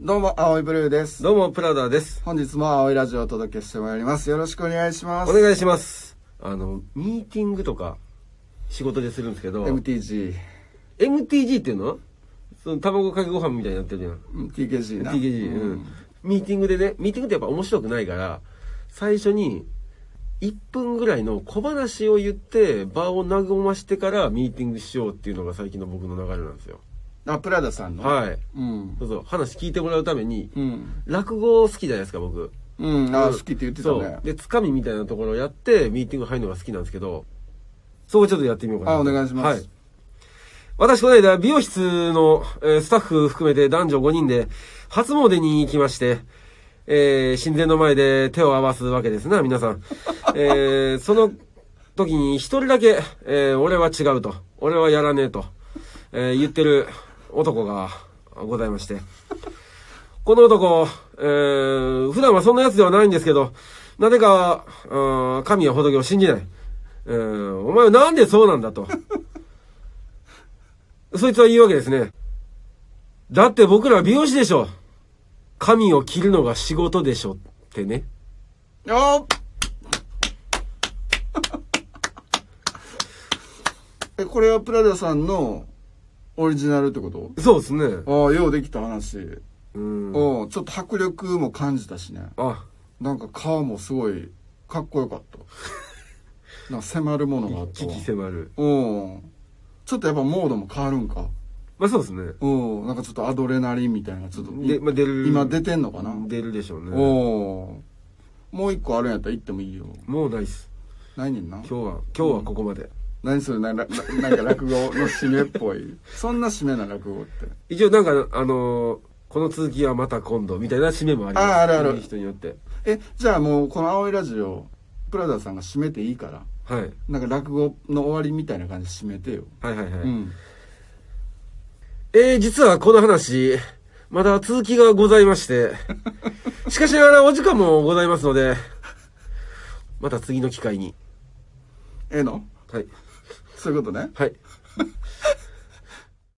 どうも、青いブルーです。 どうも、プラダです。 本日も青いラジオをお届けしてまいります。よろしくお願いします。 お願いします。ミーティングとか仕事でするんですけど。 MTG。 MTG っていうの？その卵かけご飯みたいになってるじゃん。 TKG な。 TKG、うん。ミーティングでね、ミーティングってやっぱ面白くないから、最初に1分ぐらいの小話を言って場を和ましてからミーティングしようっていうのが最近の僕の流れなんですよ。 あ、プラダさんの？ はい。 うん。 そうそう、話聞いてもらうために、 うん。 落語好きじゃないですか、僕。 うん、あ、好きって言ってたね。 そう。で、つかみみたいなところをやって、ミーティング入るのが好きなんですけど、そこをちょっとやってみようかな。 あ、お願いします。 はい。私、この間、美容室の、スタッフ含めて男女5人で、初詣に行きまして、神前の前で手を合わすわけですな、皆さん。その時に一人だけ、俺は違うと、俺はやらねえと、言ってる男がございまして。この男、普段はそんな奴ではないんですけど、なぜか、神や仏を信じない。お前はなんでそうなんだと。そいつは言うわけですね。だって僕らは美容師でしょ。髪を切るのが仕事でしょってね。 よっこれはプラダさんのオリジナルってこと？ そうですね。 ああ、ようできた話。 うん。 ちょっと迫力も感じたしね。 あ、 なんか顔もすごいかっこよかった。なんか迫るものがあったわ。 危機迫る。 ちょっとやっぱモードも変わるんか。 まあそうですね。 なんかちょっとアドレナリンみたいなちょっとで、まあ、出る。 今出てんのかな。 出るでしょうね。 もう一個あるんやったら行ってもいいよ。 もうないっす。 ないねんな。 今日はここまで。 何それなんか落語の締めっぽい。そんな締めな落語って。 一応なんかこの続きはまた今度みたいな締めもあります。 ある。 人によって。 じゃあもうこの青いラジオプラダさんが締めていいから。 はい。 なんか落語の終わりみたいな感じで締めてよ。 はいはいはい。 うん。 実はこの話、まだ続きがございまして、しかしながらお時間もございますので、また次の機会に。 の？ はい。 そういうことね。 はい。